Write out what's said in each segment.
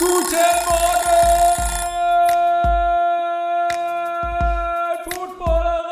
Guten Morgen, Footballerei!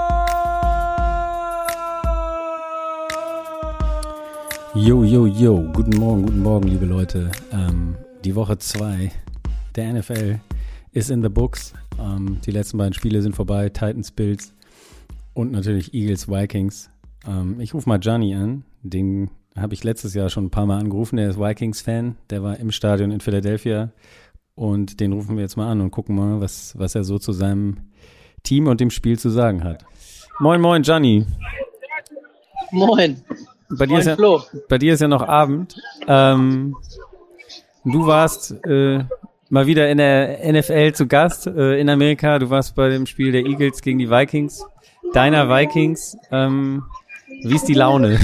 Yo, guten Morgen, liebe Leute. Die Woche 2 der NFL ist in the books. Die letzten beiden Spiele sind vorbei, Titans, Bills und natürlich Eagles, Vikings. Ich rufe mal Gianni an, den habe ich letztes Jahr schon ein paar Mal angerufen, der ist Vikings-Fan, der war im Stadion in Philadelphia und den rufen wir jetzt mal an und gucken mal, was er so zu seinem Team und dem Spiel zu sagen hat. Moin, Gianni. Moin. Bei dir ist ja noch Abend. Du warst mal wieder in der NFL zu Gast in Amerika. Du warst bei dem Spiel der Eagles gegen die Vikings. Deiner Vikings. Wie ist die Laune?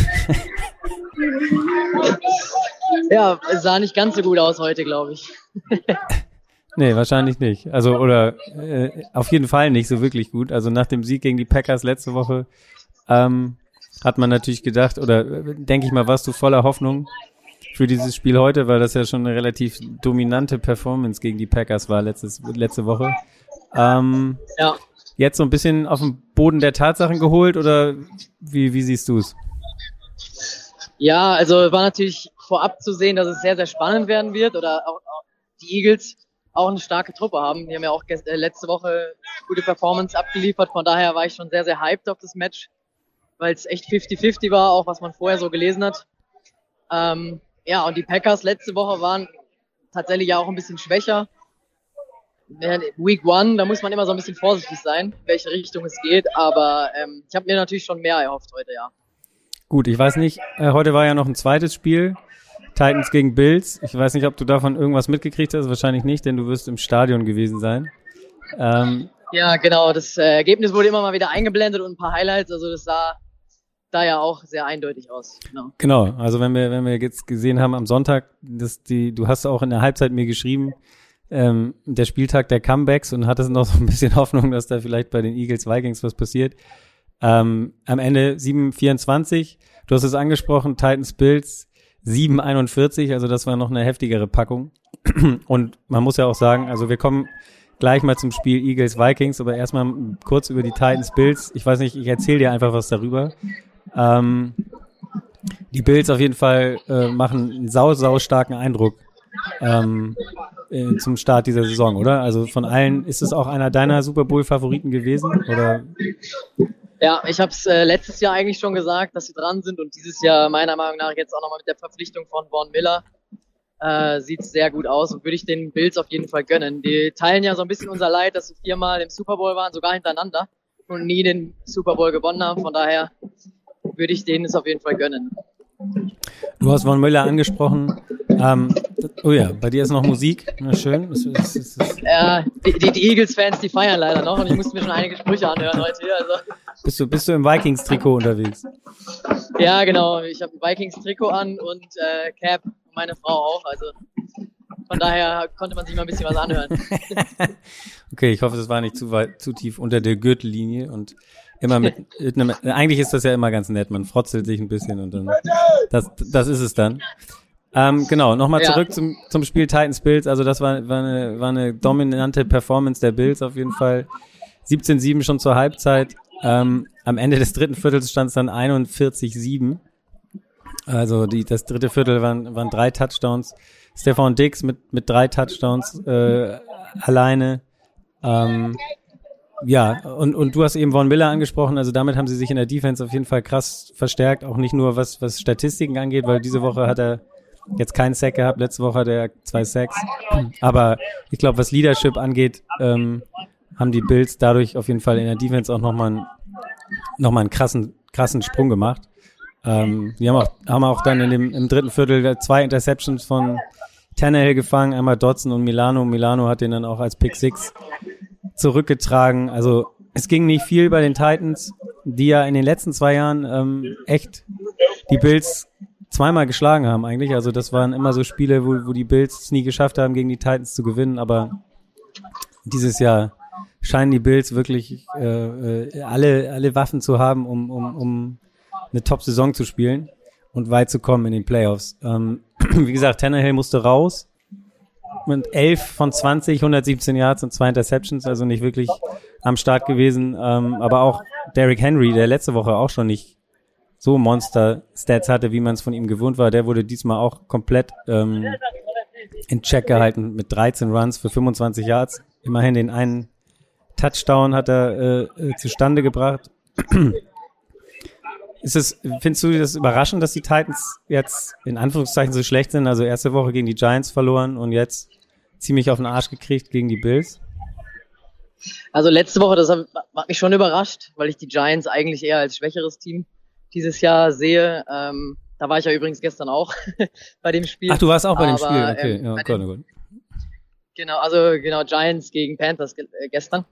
Ja, es sah nicht ganz so gut aus heute, glaube ich. Nee, wahrscheinlich nicht. Also, oder auf jeden Fall nicht so wirklich gut. Also nach dem Sieg gegen die Packers letzte Woche hat man natürlich gedacht, oder denke ich mal, warst du voller Hoffnung für dieses Spiel heute, weil das ja schon eine relativ dominante Performance gegen die Packers war letzte Woche. Ja. Jetzt so ein bisschen auf den Boden der Tatsachen geholt, oder wie siehst du es? Ja, also war natürlich vorab zu sehen, dass es sehr, sehr spannend werden wird, oder auch die Eagles auch eine starke Truppe haben. Die haben ja auch letzte Woche gute Performance abgeliefert, von daher war ich schon sehr, sehr hyped auf das Match, weil es echt 50-50 war, auch was man vorher so gelesen hat. Ja, und die Packers letzte Woche waren tatsächlich ja auch ein bisschen schwächer. Week 1, da muss man immer so ein bisschen vorsichtig sein, in welche Richtung es geht, aber ich habe mir natürlich schon mehr erhofft heute, ja. Gut, ich weiß nicht, heute war ja noch ein zweites Spiel, Titans gegen Bills. Ich weiß nicht, ob du davon irgendwas mitgekriegt hast, wahrscheinlich nicht, denn du wirst im Stadion gewesen sein. Ja, genau, das Ergebnis wurde immer mal wieder eingeblendet und ein paar Highlights, also das sah da ja auch sehr eindeutig aus. Genau, also wenn wir jetzt gesehen haben am Sonntag, du hast auch in der Halbzeit mir geschrieben, der Spieltag der Comebacks, und hattest noch so ein bisschen Hoffnung, dass da vielleicht bei den Eagles Vikings was passiert. Am Ende 7-24, du hast es angesprochen, Titans Bills 7-41, also das war noch eine heftigere Packung. Und man muss ja auch sagen, also wir kommen gleich mal zum Spiel Eagles Vikings, aber erstmal kurz über die Titans Bills. Ich weiß nicht, ich erzähle dir einfach was darüber. Die Bills auf jeden Fall machen einen sau starken Eindruck zum Start dieser Saison, oder? Also von allen, ist es auch einer deiner Super Bowl-Favoriten gewesen, oder? Ja, ich habe es letztes Jahr eigentlich schon gesagt, dass sie dran sind, und dieses Jahr meiner Meinung nach jetzt auch nochmal mit der Verpflichtung von Von Miller sieht es sehr gut aus, und würde ich den Bills auf jeden Fall gönnen. Die teilen ja so ein bisschen unser Leid, dass sie 4-mal im Super Bowl waren, sogar hintereinander, und nie den Super Bowl gewonnen haben. Von daher würde ich denen es auf jeden Fall gönnen. Du hast Von Miller angesprochen. Oh ja, bei dir ist noch Musik. Na schön. Ja, die Eagles-Fans, die feiern leider noch, und ich musste mir schon einige Sprüche anhören heute hier. Also. Bist du im Vikings-Trikot unterwegs? Ja, genau. Ich habe ein Vikings-Trikot an und Cap, meine Frau auch. Also von daher konnte man sich mal ein bisschen was anhören. Okay, ich hoffe, es war nicht zu tief unter der Gürtellinie, und immer mit einem, eigentlich ist das ja immer ganz nett, man frotzelt sich ein bisschen und dann, das ist es dann. Genau, nochmal zurück zum Spiel Titans Bills, also das war eine dominante Performance der Bills auf jeden Fall. 17-7 schon zur Halbzeit, am Ende des dritten Viertels stand es dann 41-7. Also das dritte Viertel waren 3 Touchdowns. Stefan Diggs mit 3 Touchdowns alleine. Ja, und du hast eben Von Miller angesprochen, also damit haben sie sich in der Defense auf jeden Fall krass verstärkt, auch nicht nur was Statistiken angeht, weil diese Woche hat er jetzt keinen Sack gehabt, letzte Woche hat er 2 Sacks, aber ich glaube, was Leadership angeht, haben die Bills dadurch auf jeden Fall in der Defense auch nochmal einen krassen Sprung gemacht. Die haben auch dann im dritten Viertel 2 Interceptions von Tannehill gefangen, einmal Dodson und Milano. Milano hat den dann auch als Pick 6 zurückgetragen. Also es ging nicht viel bei den Titans, die ja in den letzten 2 Jahren echt die Bills zweimal geschlagen haben eigentlich. Also das waren immer so Spiele, wo die Bills es nie geschafft haben, gegen die Titans zu gewinnen. Aber dieses Jahr scheinen die Bills wirklich alle Waffen zu haben, um eine Top-Saison zu spielen und weit zu kommen in den Playoffs. Wie gesagt, Tannehill musste raus. mit 11 von 20, 117 Yards und 2 Interceptions, also nicht wirklich am Start gewesen. Aber auch Derrick Henry, der letzte Woche auch schon nicht so Monster-Stats hatte, wie man es von ihm gewohnt war, der wurde diesmal auch komplett in Check gehalten mit 13 Runs für 25 Yards. Immerhin den einen Touchdown hat er zustande gebracht. Findest du das überraschend, dass die Titans jetzt in Anführungszeichen so schlecht sind? Also erste Woche gegen die Giants verloren und jetzt ziemlich auf den Arsch gekriegt gegen die Bills? Also letzte Woche, das hat mich schon überrascht, weil ich die Giants eigentlich eher als schwächeres Team dieses Jahr sehe. Da war ich ja übrigens gestern auch bei dem Spiel. Ach, du warst auch bei dem Spiel, okay. Ja, gut. Genau, Giants gegen Panthers gestern.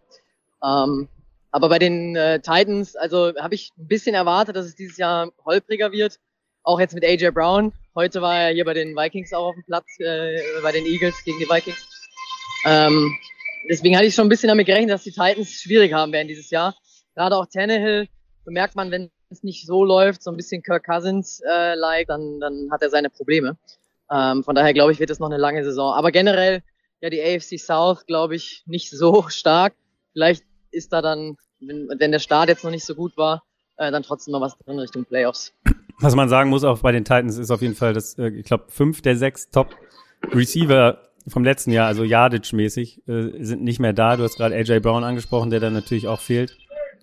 Aber bei den Titans, also habe ich ein bisschen erwartet, dass es dieses Jahr holpriger wird. Auch jetzt mit AJ Brown. Heute war er hier bei den Vikings auch auf dem Platz, bei den Eagles gegen die Vikings. Deswegen hatte ich schon ein bisschen damit gerechnet, dass die Titans schwierig haben werden dieses Jahr. Gerade auch Tannehill, bemerkt man, wenn es nicht so läuft, so ein bisschen Kirk Cousins-like, dann hat er seine Probleme. Von daher glaube ich, wird es noch eine lange Saison. Aber generell, ja, die AFC South, glaube ich, nicht so stark. Vielleicht ist da dann, wenn der Start jetzt noch nicht so gut war, dann trotzdem noch was drin Richtung Playoffs. Was man sagen muss auch bei den Titans ist auf jeden Fall, dass ich glaube 5 der 6 Top-Receiver vom letzten Jahr, also Yardage-mäßig, sind nicht mehr da. Du hast gerade AJ Brown angesprochen, der dann natürlich auch fehlt.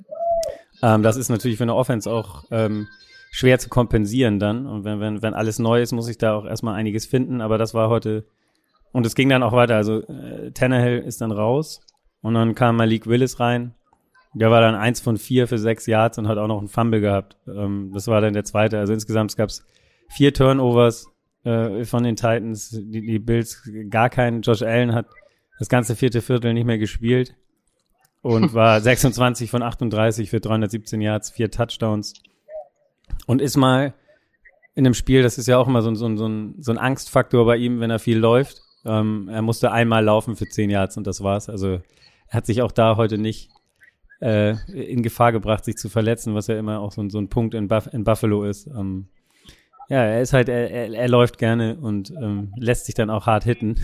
Das ist natürlich für eine Offense auch schwer zu kompensieren dann. Und wenn alles neu ist, muss ich da auch erstmal einiges finden. Aber das war heute, und es ging dann auch weiter. Also Tannehill ist dann raus und dann kam Malik Willis rein. Der war dann 1 von 4 für 6 Yards und hat auch noch einen Fumble gehabt. Das war dann der zweite. Also insgesamt gab es 4 Turnovers von den Titans. Die Bills gar keinen. Josh Allen hat das ganze vierte Viertel nicht mehr gespielt und war 26 von 38 für 317 Yards, 4 Touchdowns. Und ist mal in einem Spiel, das ist ja auch immer so ein Angstfaktor bei ihm, wenn er viel läuft. Er musste einmal laufen für 10 Yards und das war's. Also er hat sich auch da heute nicht in Gefahr gebracht, sich zu verletzen, was ja immer auch so ein Punkt in Buffalo ist. Ja, er ist halt, er läuft gerne und lässt sich dann auch hart hitten.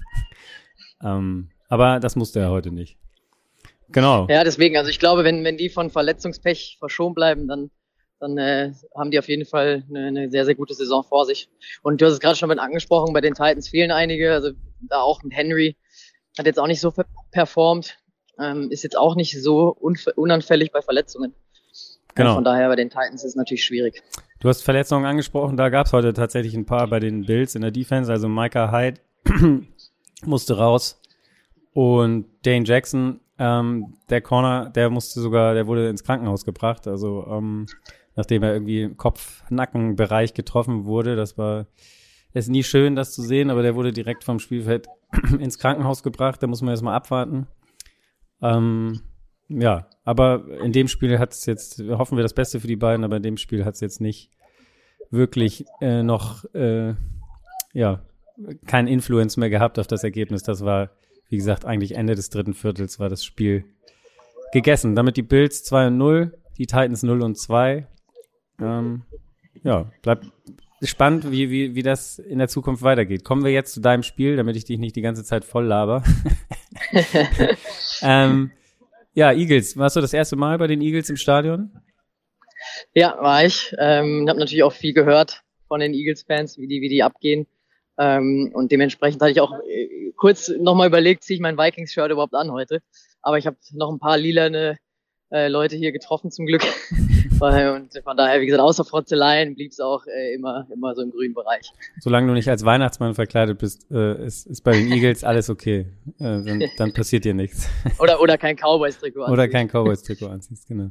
Aber das musste er heute nicht. Genau. Ja, deswegen, also ich glaube, wenn die von Verletzungspech verschont bleiben, dann haben die auf jeden Fall eine sehr, sehr gute Saison vor sich. Und du hast es gerade schon mit angesprochen, bei den Titans fehlen einige, also da auch mit Henry, hat jetzt auch nicht so performt, ist jetzt auch nicht so unanfällig bei Verletzungen. Genau. Von daher bei den Titans ist es natürlich schwierig. Du hast Verletzungen angesprochen, da gab es heute tatsächlich ein paar bei den Bills in der Defense, also Micah Hyde musste raus und Dane Jackson, der Corner, der wurde ins Krankenhaus gebracht, also nachdem er irgendwie im Kopf-Nacken-Bereich getroffen wurde. Ist nie schön, das zu sehen, aber der wurde direkt vom Spielfeld ins Krankenhaus gebracht, da muss man erstmal abwarten. Ja, aber in dem Spiel hat es jetzt, hoffen wir das Beste für die beiden, aber in dem Spiel hat es jetzt nicht wirklich noch keinen Influence mehr gehabt auf das Ergebnis. Das war, wie gesagt, eigentlich Ende des dritten Viertels war das Spiel gegessen. Damit die Bills 2-0, die Titans 0-2. Bleibt spannend, wie das in der Zukunft weitergeht. Kommen wir jetzt zu deinem Spiel, damit ich dich nicht die ganze Zeit voll laber. Eagles. Warst du das erste Mal bei den Eagles im Stadion? Ja, war ich. Habe natürlich auch viel gehört von den Eagles-Fans, wie die abgehen. Und dementsprechend hatte ich auch kurz nochmal überlegt, ziehe ich mein Vikings-Shirt überhaupt an heute. Aber ich habe noch ein paar lilane Leute hier getroffen zum Glück. Und von daher, wie gesagt, außer Frotzeleien blieb es auch immer so im grünen Bereich. Solange du nicht als Weihnachtsmann verkleidet bist, ist bei den Eagles alles okay. Dann passiert dir nichts. Oder kein Cowboys-Trikot anziehst. Oder kein Cowboys-Trikot anziehst, genau.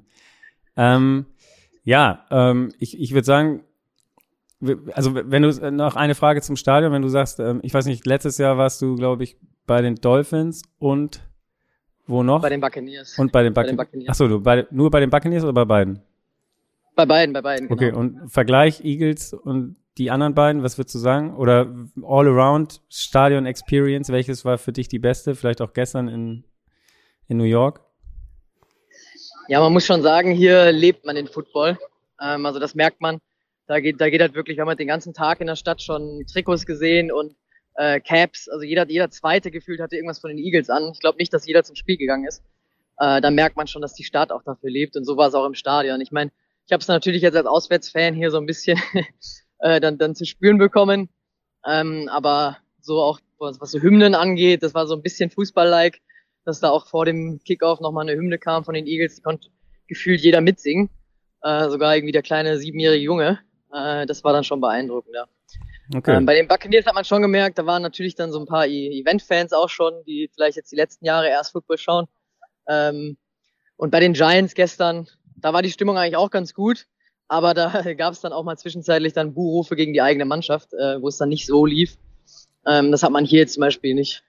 Ich würde sagen, also wenn du noch eine Frage zum Stadion, wenn du sagst, ich weiß nicht, letztes Jahr warst du, glaube ich, bei den Dolphins und wo noch? Bei den Buccaneers. Und bei den Buccaneers. Achso, nur bei den Buccaneers oder bei beiden? Bei beiden, genau. Okay, und Vergleich Eagles und die anderen beiden, was würdest du sagen? Oder All-Around Stadion Experience, welches war für dich die beste? Vielleicht auch gestern in New York? Ja, man muss schon sagen, hier lebt man den Football. Also das merkt man. Da geht halt wirklich, wir haben halt den ganzen Tag in der Stadt schon Trikots gesehen und Caps, also jeder Zweite gefühlt hatte irgendwas von den Eagles an. Ich glaube nicht, dass jeder zum Spiel gegangen ist. Da merkt man schon, dass die Stadt auch dafür lebt und so war es auch im Stadion. Ich meine, ich habe es natürlich jetzt als Auswärtsfan hier so ein bisschen dann zu spüren bekommen, aber so auch, was so Hymnen angeht, das war so ein bisschen Fußball-like, dass da auch vor dem Kickoff nochmal eine Hymne kam von den Eagles, die konnte gefühlt jeder mitsingen, sogar irgendwie der kleine 7-jährige Junge, das war dann schon beeindruckend, ja. Okay. Bei den Buccaneers hat man schon gemerkt, da waren natürlich dann so ein paar Event-Fans auch schon, die vielleicht jetzt die letzten Jahre erst Football schauen. Und bei den Giants gestern, da war die Stimmung eigentlich auch ganz gut, aber da gab es dann auch mal zwischenzeitlich dann Buhrufe gegen die eigene Mannschaft, wo es dann nicht so lief. Das hat man hier jetzt zum Beispiel nicht.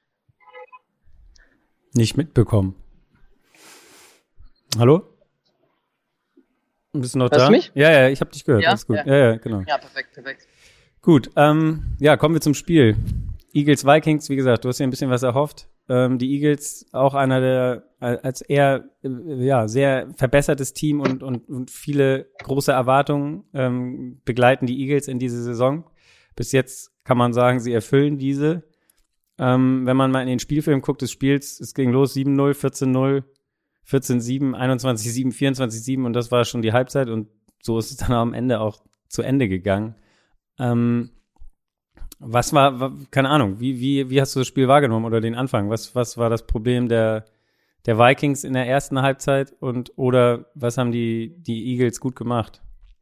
Nicht mitbekommen. Hallo? Bist du noch Hörst da? du mich? Ja, ich habe dich gehört. Ja? Alles gut. Ja. Ja, genau. Ja, perfekt. Gut, kommen wir zum Spiel. Eagles Vikings, wie gesagt, du hast dir ein bisschen was erhofft. Die Eagles, auch einer der, als eher, sehr verbessertes Team und viele große Erwartungen begleiten die Eagles in diese Saison. Bis jetzt kann man sagen, sie erfüllen diese. Wenn man mal in den Spielfilm guckt des Spiels, es ging los 7-0, 14-0, 14-7, 21-7, 24-7 und das war schon die Halbzeit und so ist es dann am Ende auch zu Ende gegangen. Was war, keine Ahnung, wie hast du das Spiel wahrgenommen oder den Anfang? Was war das Problem der Vikings in der ersten Halbzeit oder was haben die Eagles gut gemacht?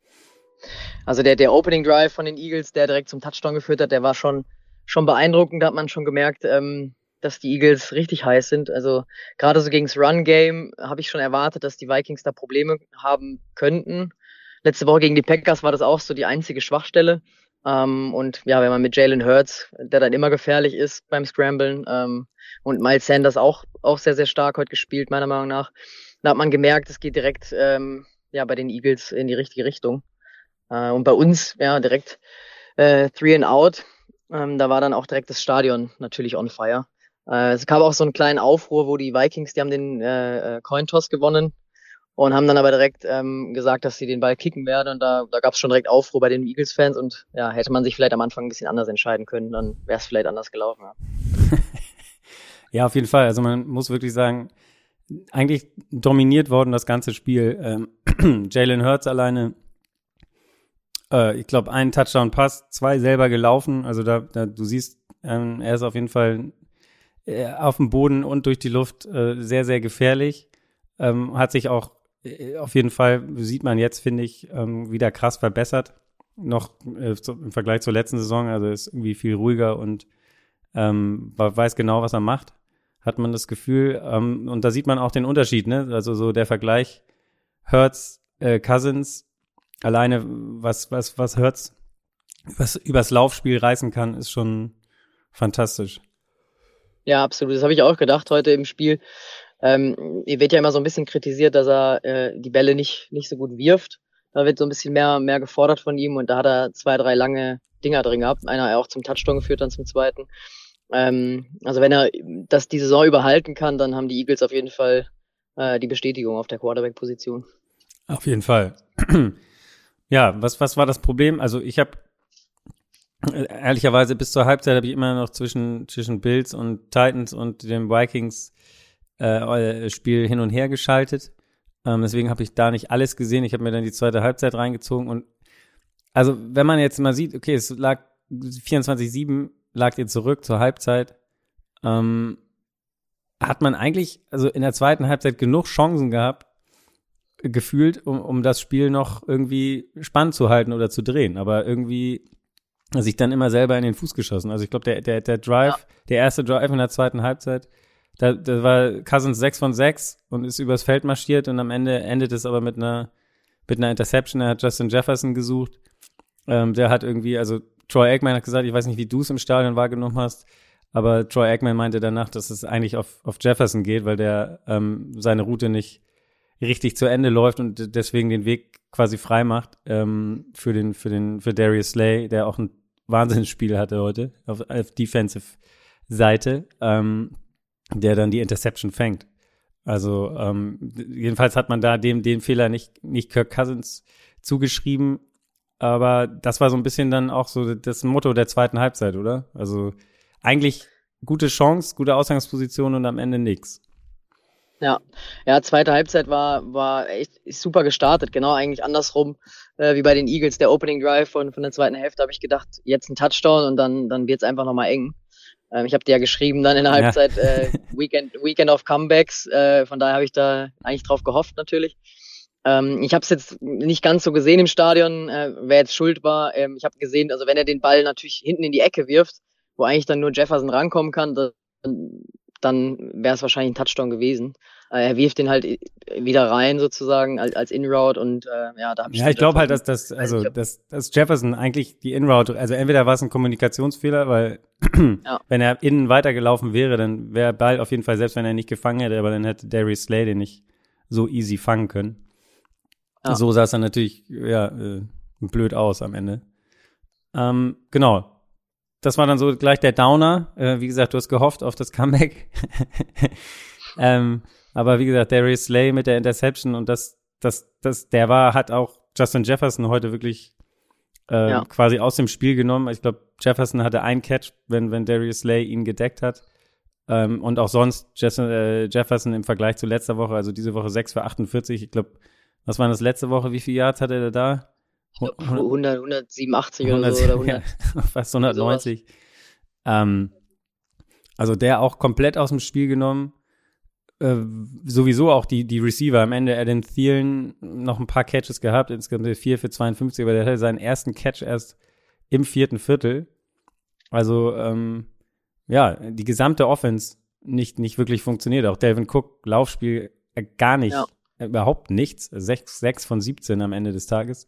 Also der Opening Drive von den Eagles, der direkt zum Touchdown geführt hat, der war schon beeindruckend. Da hat man schon gemerkt, dass die Eagles richtig heiß sind. Also gerade so gegens Run-Game habe ich schon erwartet, dass die Vikings da Probleme haben könnten. Letzte Woche gegen die Packers war das auch so die einzige Schwachstelle. Und ja, wenn man mit Jalen Hurts, der dann immer gefährlich ist beim Scramblen, und Miles Sanders auch sehr, sehr stark heute gespielt, meiner Meinung nach, da hat man gemerkt, es geht direkt bei den Eagles in die richtige Richtung. Und bei uns, ja, direkt 3 and out. Da war dann auch direkt das Stadion natürlich on fire. Es gab auch so einen kleinen Aufruhr, wo die Vikings, die haben den Coin-Toss gewonnen und haben dann aber direkt gesagt, dass sie den Ball kicken werden. Und da gab es schon direkt Aufruhr bei den Eagles-Fans. Und ja, hätte man sich vielleicht am Anfang ein bisschen anders entscheiden können, dann wäre es vielleicht anders gelaufen. Ja. Ja, auf jeden Fall. Also man muss wirklich sagen, eigentlich dominiert worden das ganze Spiel. Jalen Hurts alleine, ich glaube, einen Touchdown-Pass, 2 selber gelaufen. Also da du siehst, er ist auf jeden Fall auf dem Boden und durch die Luft sehr, sehr gefährlich. Hat sich auch auf jeden Fall, sieht man jetzt, finde ich, wieder krass verbessert. Noch im Vergleich zur letzten Saison. Also ist irgendwie viel ruhiger und weiß genau, was er macht. Hat man das Gefühl. Und da sieht man auch den Unterschied, ne? Also so der Vergleich Hurts, Cousins, alleine was Hurts übers Laufspiel reißen kann, ist schon fantastisch. Ja, absolut. Das habe ich auch gedacht heute im Spiel. Ihr wird ja immer so ein bisschen kritisiert, dass er die Bälle nicht so gut wirft. Da wird so ein bisschen mehr gefordert von ihm und da hat er 2, 3 lange Dinger drin gehabt. Einer auch zum Touchdown geführt, dann zum zweiten. Also wenn er das die Saison überhalten kann, dann haben die Eagles auf jeden Fall die Bestätigung auf der Quarterback-Position. Auf jeden Fall. Ja, was war das Problem? Also ich habe ehrlicherweise bis zur Halbzeit habe ich immer noch zwischen Bills und Titans und dem Vikings Spiel hin und her geschaltet. Deswegen habe ich da nicht alles gesehen. Ich habe mir dann die zweite Halbzeit reingezogen und also wenn man jetzt mal sieht, okay, es lag 24-7, lag ihr zurück zur Halbzeit, hat man eigentlich also in der zweiten Halbzeit genug Chancen gehabt, gefühlt, um das Spiel noch irgendwie spannend zu halten oder zu drehen, aber irgendwie sich dann immer selber in den Fuß geschossen. Also ich glaube, der Drive, der erste Drive in der zweiten Halbzeit, da war Cousins 6 von 6 und ist übers Feld marschiert und am Ende endet es aber mit einer Interception. Er hat Justin Jefferson gesucht. Der hat irgendwie, also Troy Aikman hat gesagt, ich weiß nicht, wie du es im Stadion wahrgenommen hast, aber Troy Aikman meinte danach, dass es eigentlich auf Jefferson geht, weil der seine Route nicht richtig zu Ende läuft und deswegen den Weg quasi frei macht für Darius Slay, der auch ein Wahnsinnsspiel hatte heute auf Defensive Seite, der dann die Interception fängt. Also jedenfalls hat man da den Fehler nicht Kirk Cousins zugeschrieben, aber das war so ein bisschen dann auch so das Motto der zweiten Halbzeit, oder? Also eigentlich gute Chance, gute Ausgangsposition und am Ende nix. Ja, zweite Halbzeit war echt super gestartet, genau eigentlich andersrum wie bei den Eagles. Der Opening Drive von der zweiten Hälfte habe ich gedacht, jetzt ein Touchdown und dann wird's einfach nochmal eng. Ich habe dir ja geschrieben dann in der Halbzeit Weekend of Comebacks, von daher habe ich da eigentlich drauf gehofft natürlich. Ich habe es jetzt nicht ganz so gesehen im Stadion, wer jetzt schuld war. Ich habe gesehen, also wenn er den Ball natürlich hinten in die Ecke wirft, wo eigentlich dann nur Jefferson rankommen kann, dann wäre es wahrscheinlich ein Touchdown gewesen. Er wirft den halt wieder rein sozusagen als In-Route und da habe ich... Ja, ich glaube halt, dass Jefferson eigentlich die In-Route, also entweder war es ein Kommunikationsfehler, weil wenn er innen weitergelaufen wäre, dann wäre Ball auf jeden Fall, selbst wenn er nicht gefangen hätte, aber dann hätte Darius Slay den nicht so easy fangen können. Ja. So sah es dann natürlich blöd aus am Ende. Genau. Das war dann so gleich der Downer. Wie gesagt, du hast gehofft auf das Comeback. Aber wie gesagt, Darius Slay mit der Interception und hat auch Justin Jefferson heute wirklich quasi aus dem Spiel genommen. Ich glaube, Jefferson hatte einen Catch, wenn Darius Slay ihn gedeckt hat. Und auch sonst Jefferson im Vergleich zu letzter Woche, also diese Woche 6 für 48. Ich glaube, was war das letzte Woche? Wie viele Yards hatte er da? 187 oder so. Oder 100. Fast 190. Also der auch komplett aus dem Spiel genommen. Sowieso auch die Receiver. Am Ende Adam Thielen noch ein paar Catches gehabt. Insgesamt 4 für 52, aber der hatte seinen ersten Catch erst im 4. Viertel. Also, die gesamte Offense nicht wirklich funktioniert. Auch Dalvin Cook, Laufspiel gar nicht. Ja. Überhaupt nichts. 6 von 17 am Ende des Tages.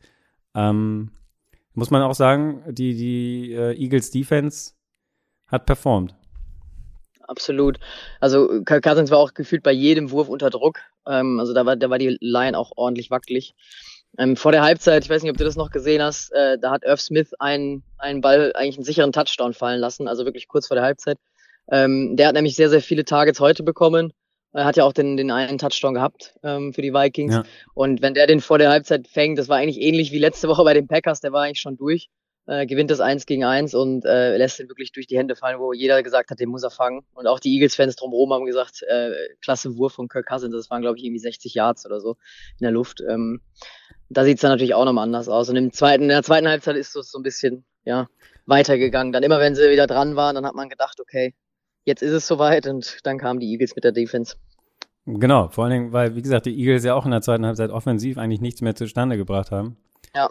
Muss man auch sagen, die Eagles Defense hat performt. Absolut. Also Kirk Cousins war auch gefühlt bei jedem Wurf unter Druck. Also da war die Line auch ordentlich wackelig. Vor der Halbzeit, ich weiß nicht, ob du das noch gesehen hast, da hat Irv Smith einen Ball, eigentlich einen sicheren Touchdown fallen lassen, also wirklich kurz vor der Halbzeit. Der hat nämlich sehr, sehr viele Targets heute bekommen. Er hat ja auch den einen Touchdown gehabt für die Vikings. Ja. Und wenn der den vor der Halbzeit fängt, das war eigentlich ähnlich wie letzte Woche bei den Packers, der war eigentlich schon durch, gewinnt das 1-gegen-1 und lässt ihn wirklich durch die Hände fallen, wo jeder gesagt hat, den muss er fangen. Und auch die Eagles-Fans drumherum haben gesagt, klasse Wurf von Kirk Cousins, das waren, glaube ich, irgendwie 60 Yards oder so in der Luft. Da sieht es dann natürlich auch nochmal anders aus. Und in der zweiten Halbzeit ist es so ein bisschen weitergegangen. Dann immer, wenn sie wieder dran waren, dann hat man gedacht, okay, jetzt ist es soweit und dann kamen die Eagles mit der Defense. Genau, vor allen Dingen, weil, wie gesagt, die Eagles ja auch in der zweiten Halbzeit offensiv eigentlich nichts mehr zustande gebracht haben. Ja.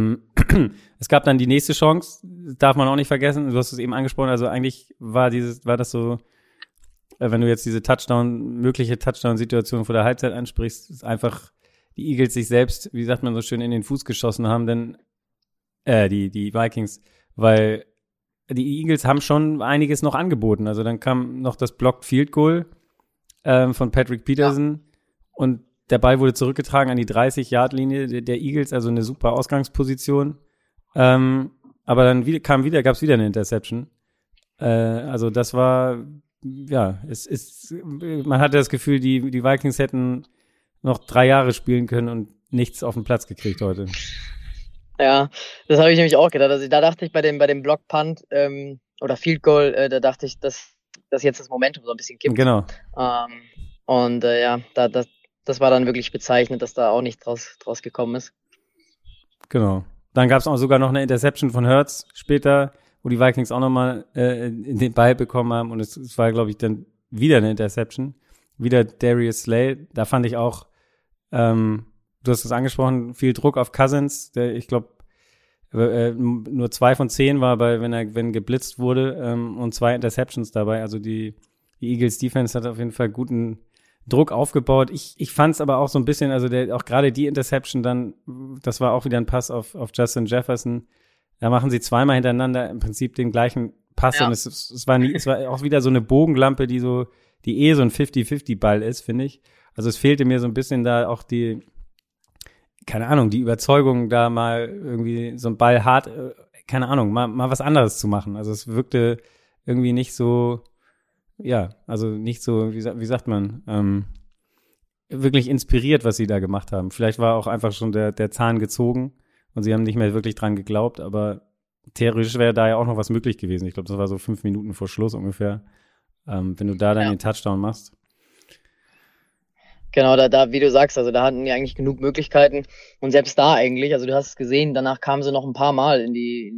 Es gab dann die nächste Chance, darf man auch nicht vergessen, du hast es eben angesprochen, also eigentlich war das so, wenn du jetzt diese mögliche Touchdown-Situation vor der Halbzeit ansprichst, ist einfach die Eagles sich selbst, wie sagt man so schön, in den Fuß geschossen haben, denn die Vikings, weil die Eagles haben schon einiges noch angeboten. Also dann kam noch das Blocked Field Goal von Patrick Peterson und der Ball wurde zurückgetragen an die 30-Yard-Linie der Eagles, also eine super Ausgangsposition. Aber dann gab es wieder eine Interception. Also das war, man hatte das Gefühl, die Vikings hätten noch 3 Jahre spielen können und nichts auf den Platz gekriegt heute. Ja, das habe ich nämlich auch gedacht. Also da dachte ich bei dem Block Punt oder Field Goal, da dachte ich, dass jetzt das Momentum so ein bisschen kippt. Genau. Das war dann wirklich bezeichnend, dass da auch nichts draus gekommen ist. Genau. Dann gab es auch sogar noch eine Interception von Hurts später, wo die Vikings auch nochmal den Ball bekommen haben und es war, glaube ich, dann wieder eine Interception. Wieder Darius Slay. Da fand ich auch, du hast es angesprochen, viel Druck auf Cousins, der, ich glaube, nur 2 von 10 war wenn geblitzt wurde und 2 Interceptions dabei. Also die Eagles Defense hat auf jeden Fall guten Druck aufgebaut. Ich fand es aber auch so ein bisschen, also auch gerade die Interception dann, das war auch wieder ein Pass auf Justin Jefferson. Da machen sie zweimal hintereinander im Prinzip den gleichen Pass und es war auch wieder so eine Bogenlampe, die so ein 50-50-Ball ist, finde ich. Also es fehlte mir so ein bisschen da auch die Überzeugung, da mal irgendwie so ein Ball hart, mal was anderes zu machen. Also es wirkte irgendwie nicht so, nicht so, wie sagt man, wirklich inspiriert, was sie da gemacht haben. Vielleicht war auch einfach schon der Zahn gezogen und sie haben nicht mehr wirklich dran geglaubt, aber theoretisch wäre da ja auch noch was möglich gewesen. Ich glaube, das war so 5 Minuten vor Schluss ungefähr. Wenn du da dann den Touchdown machst. Genau, da, wie du sagst, also da hatten die eigentlich genug Möglichkeiten. Und selbst da eigentlich, also du hast es gesehen, danach kamen sie noch ein paar Mal in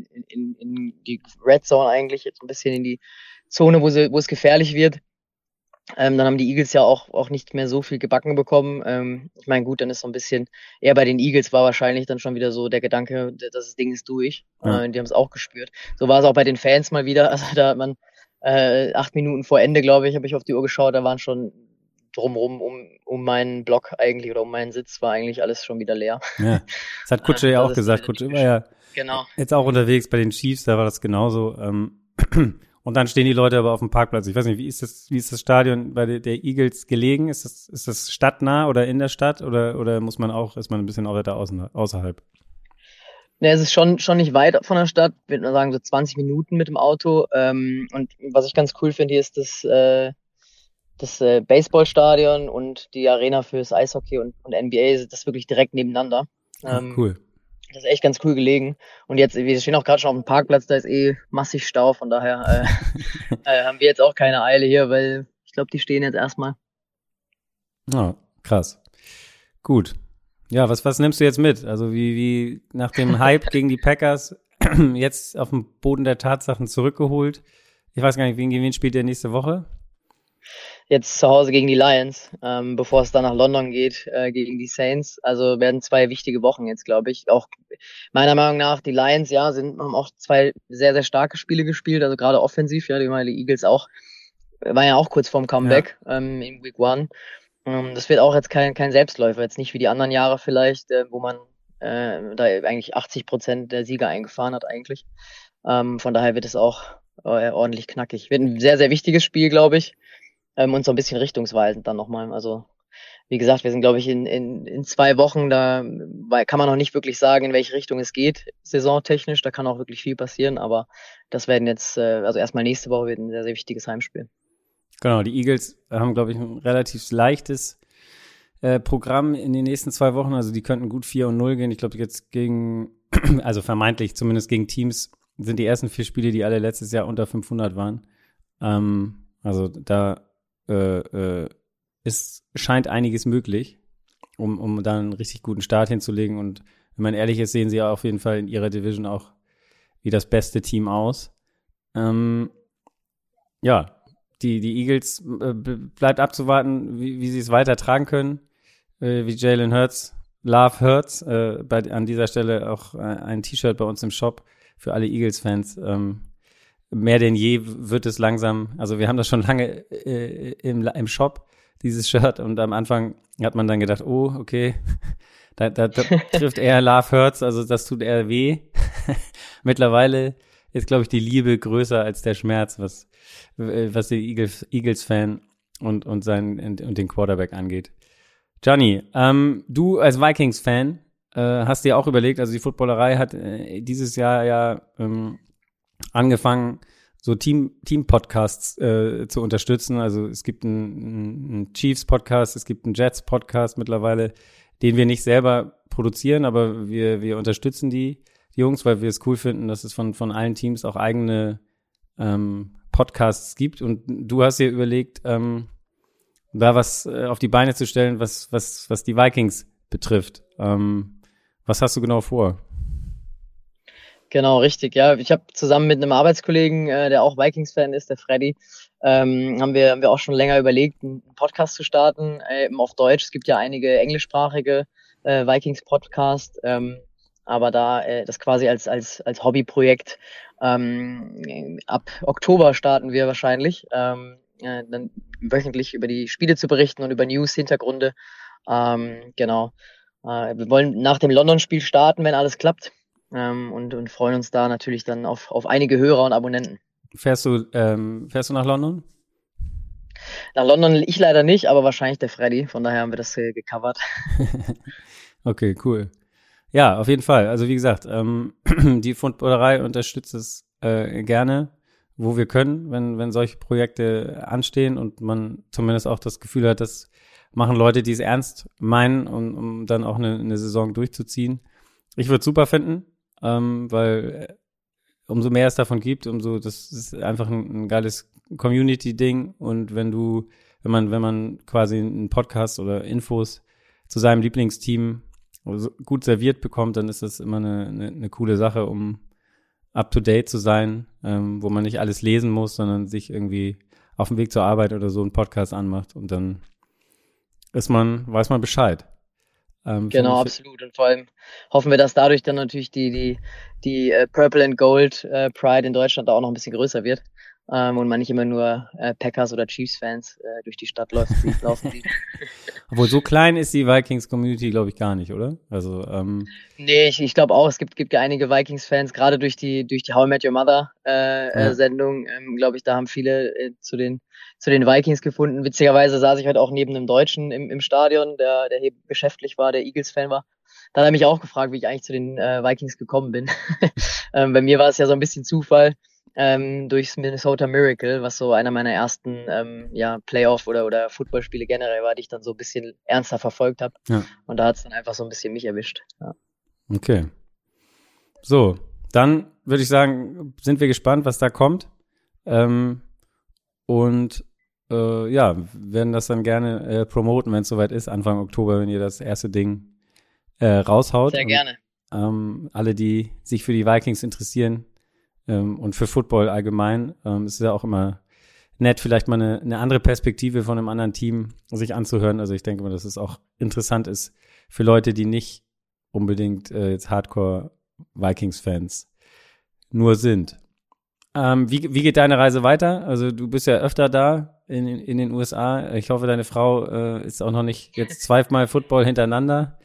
die Red Zone eigentlich, jetzt ein bisschen in die Zone, wo es gefährlich wird. Dann haben die Eagles ja auch nicht mehr so viel gebacken bekommen. Ich meine, gut, dann ist so ein bisschen, eher bei den Eagles war wahrscheinlich dann schon wieder so der Gedanke, das Ding ist durch. Ja. Die haben es auch gespürt. So war es auch bei den Fans mal wieder. Also da hat man 8 Minuten vor Ende, glaube ich, habe ich auf die Uhr geschaut, da waren schon drumrum um meinen Block eigentlich oder um meinen Sitz war eigentlich alles schon wieder leer. Ja, das hat Kutsche ja auch gesagt. Kutsche war ja jetzt auch unterwegs bei den Chiefs, da war das genauso. Und dann stehen die Leute aber auf dem Parkplatz. Ich weiß nicht, wie ist das Stadion bei der Eagles gelegen? Ist das stadtnah oder in der Stadt oder ist man ein bisschen auch weiter außerhalb? Ne, es ist schon nicht weit von der Stadt, würde man sagen so 20 Minuten mit dem Auto. Und was ich ganz cool finde, hier ist das Baseballstadion und die Arena fürs Eishockey und NBA, das wirklich direkt nebeneinander. Cool. Das ist echt ganz cool gelegen. Und jetzt, wir stehen auch gerade schon auf dem Parkplatz, da ist massig Stau, von daher haben wir jetzt auch keine Eile hier, weil ich glaube, die stehen jetzt erstmal. Oh, krass. Gut. Ja, was nimmst du jetzt mit? Also wie nach dem Hype gegen die Packers jetzt auf den Boden der Tatsachen zurückgeholt? Ich weiß gar nicht, gegen wen spielt ihr nächste Woche? Jetzt zu Hause gegen die Lions, bevor es dann nach London geht, gegen die Saints. Also werden 2 wichtige Wochen jetzt, glaube ich. Auch meiner Meinung nach, die Lions, ja, haben auch 2 sehr, sehr starke Spiele gespielt, also gerade offensiv, ja, die Eagles auch, waren ja auch kurz vorm Comeback, in Week 1. Das wird auch jetzt kein Selbstläufer, jetzt nicht wie die anderen Jahre vielleicht, wo man da eigentlich 80% der Sieger eingefahren hat eigentlich. Von daher wird es auch ordentlich knackig. Wird ein sehr, sehr wichtiges Spiel, glaube ich. Und so ein bisschen richtungsweisend dann nochmal. Also, wie gesagt, wir sind, glaube ich, in 2 Wochen, da kann man noch nicht wirklich sagen, in welche Richtung es geht, saisontechnisch. Da kann auch wirklich viel passieren, aber das werden jetzt, also erstmal nächste Woche wird ein sehr, sehr wichtiges Heimspiel. Genau, die Eagles haben, glaube ich, ein relativ leichtes Programm in den nächsten 2 Wochen. Also die könnten gut 4-0 gehen. Ich glaube, jetzt also vermeintlich zumindest gegen Teams, sind die ersten 4 Spiele, die alle letztes Jahr unter 500 waren. Also da scheint einiges möglich, um dann einen richtig guten Start hinzulegen. Und wenn man ehrlich ist, sehen sie ja auf jeden Fall in ihrer Division auch wie das beste Team aus. Ja, die Eagles bleibt abzuwarten, wie sie es weiter tragen können, wie Jalen Hurts, Love Hurts, an dieser Stelle auch ein T-Shirt bei uns im Shop für alle Eagles-Fans. Mehr denn je wird es langsam, also wir haben das schon lange im Shop, dieses Shirt, und am Anfang hat man dann gedacht, oh, okay, da trifft eher Love Hurts, also das tut eher weh. Mittlerweile ist, glaube ich, die Liebe größer als der Schmerz, was den Eagles-Fan und den Quarterback angeht. Johnny, du als Vikings-Fan hast dir auch überlegt, also die Footballerei hat dieses Jahr ja angefangen, so Team-Podcasts zu unterstützen. Also es gibt einen Chiefs-Podcast, es gibt einen Jets-Podcast mittlerweile, den wir nicht selber produzieren, aber wir unterstützen die Jungs, weil wir es cool finden, dass es von allen Teams auch eigene Podcasts gibt. Und du hast dir überlegt, da was auf die Beine zu stellen, was die Vikings betrifft. Was hast du genau vor? Genau, richtig, ja. Ich habe zusammen mit einem Arbeitskollegen, der auch Vikings-Fan ist, der Freddy, haben wir auch schon länger überlegt, einen Podcast zu starten, eben auf Deutsch. Es gibt ja einige englischsprachige Vikings-Podcasts, aber da das quasi als Hobbyprojekt ab Oktober starten wir wahrscheinlich, dann wöchentlich über die Spiele zu berichten und über News, Hintergründe. Genau. Wir wollen nach dem London-Spiel starten, wenn alles klappt. Und freuen uns da natürlich dann auf einige Hörer und Abonnenten. Fährst du nach London? Nach London ich leider nicht, aber wahrscheinlich der Freddy. Von daher haben wir das gecovert. Okay, cool. Ja, auf jeden Fall. Also wie gesagt, die Footballerei unterstützt es gerne, wo wir können, wenn solche Projekte anstehen und man zumindest auch das Gefühl hat, das machen Leute, die es ernst meinen, um dann auch eine Saison durchzuziehen. Ich würde es super finden, weil umso mehr es davon gibt, das ist einfach ein geiles Community-Ding. Und wenn man quasi einen Podcast oder Infos zu seinem Lieblingsteam gut serviert bekommt, dann ist das immer eine coole Sache, um up to date zu sein, wo man nicht alles lesen muss, sondern sich irgendwie auf dem Weg zur Arbeit oder so einen Podcast anmacht und dann weiß man Bescheid. Genau, absolut. Und vor allem hoffen wir, dass dadurch dann natürlich die Purple and Gold Pride in Deutschland auch noch ein bisschen größer wird. Und man nicht immer nur Packers oder Chiefs-Fans durch die Stadt laufen sieht. Obwohl, so klein ist die Vikings-Community, glaube ich, gar nicht, oder? Also, Nee, ich glaube auch, es gibt einige Vikings-Fans, gerade durch die How I Met Your Mother Sendung, glaube ich, da haben viele zu den Vikings gefunden. Witzigerweise saß ich heute auch neben einem Deutschen im Stadion, der hier geschäftlich war, der Eagles-Fan war. Da hat er mich auch gefragt, wie ich eigentlich zu den Vikings gekommen bin. Bei mir war es ja so ein bisschen Zufall. Durchs Minnesota Miracle, was so einer meiner ersten Playoff- oder Footballspiele generell war, die ich dann so ein bisschen ernster verfolgt habe. Ja. Und da hat es dann einfach so ein bisschen mich erwischt. Ja. Okay. So, dann würde ich sagen, sind wir gespannt, was da kommt. Werden das dann gerne promoten, wenn es soweit ist, Anfang Oktober, wenn ihr das erste Ding raushaut. Sehr gerne. Alle, die sich für die Vikings interessieren, und für Football allgemein ist es ja auch immer nett, vielleicht mal eine andere Perspektive von einem anderen Team sich anzuhören. Also ich denke mal, dass es auch interessant ist für Leute, die nicht unbedingt jetzt Hardcore-Vikings-Fans nur sind. Wie geht deine Reise weiter? Also du bist ja öfter da in den USA. Ich hoffe, deine Frau ist auch noch nicht jetzt 2-mal Football hintereinander.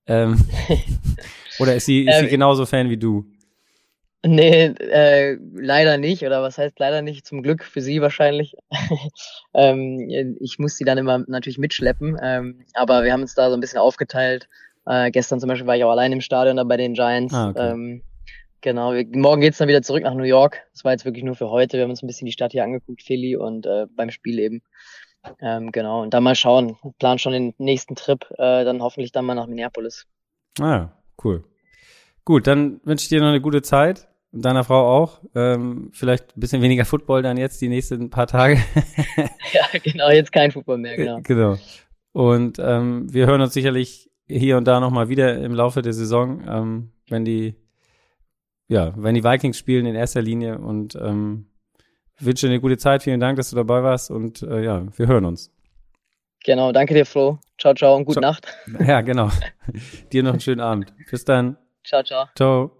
Oder ist sie genauso Fan wie du? Nee, leider nicht. Oder was heißt leider nicht? Zum Glück für sie wahrscheinlich. Ich muss sie dann immer natürlich mitschleppen. Aber wir haben uns da so ein bisschen aufgeteilt. Gestern zum Beispiel war ich auch allein im Stadion da bei den Giants. Okay. Genau. Morgen geht's dann wieder zurück nach New York. Das war jetzt wirklich nur für heute. Wir haben uns ein bisschen die Stadt hier angeguckt, Philly, und beim Spiel eben. Genau. Und dann mal schauen. Plan schon den nächsten Trip. Dann hoffentlich dann mal nach Minneapolis. Cool. Gut, dann wünsche ich dir noch eine gute Zeit. Und deiner Frau auch. Vielleicht ein bisschen weniger Football dann jetzt die nächsten paar Tage. Ja, genau, jetzt kein Football mehr, genau. Genau. Und wir hören uns sicherlich hier und da nochmal wieder im Laufe der Saison, wenn die Vikings spielen in erster Linie. Und wünsche dir eine gute Zeit. Vielen Dank, dass du dabei warst. Und wir hören uns. Genau, danke dir, Flo. Ciao, ciao und gute Nacht. Ja, genau. Dir noch einen schönen Abend. Bis dann. Ciao, ciao. Ciao.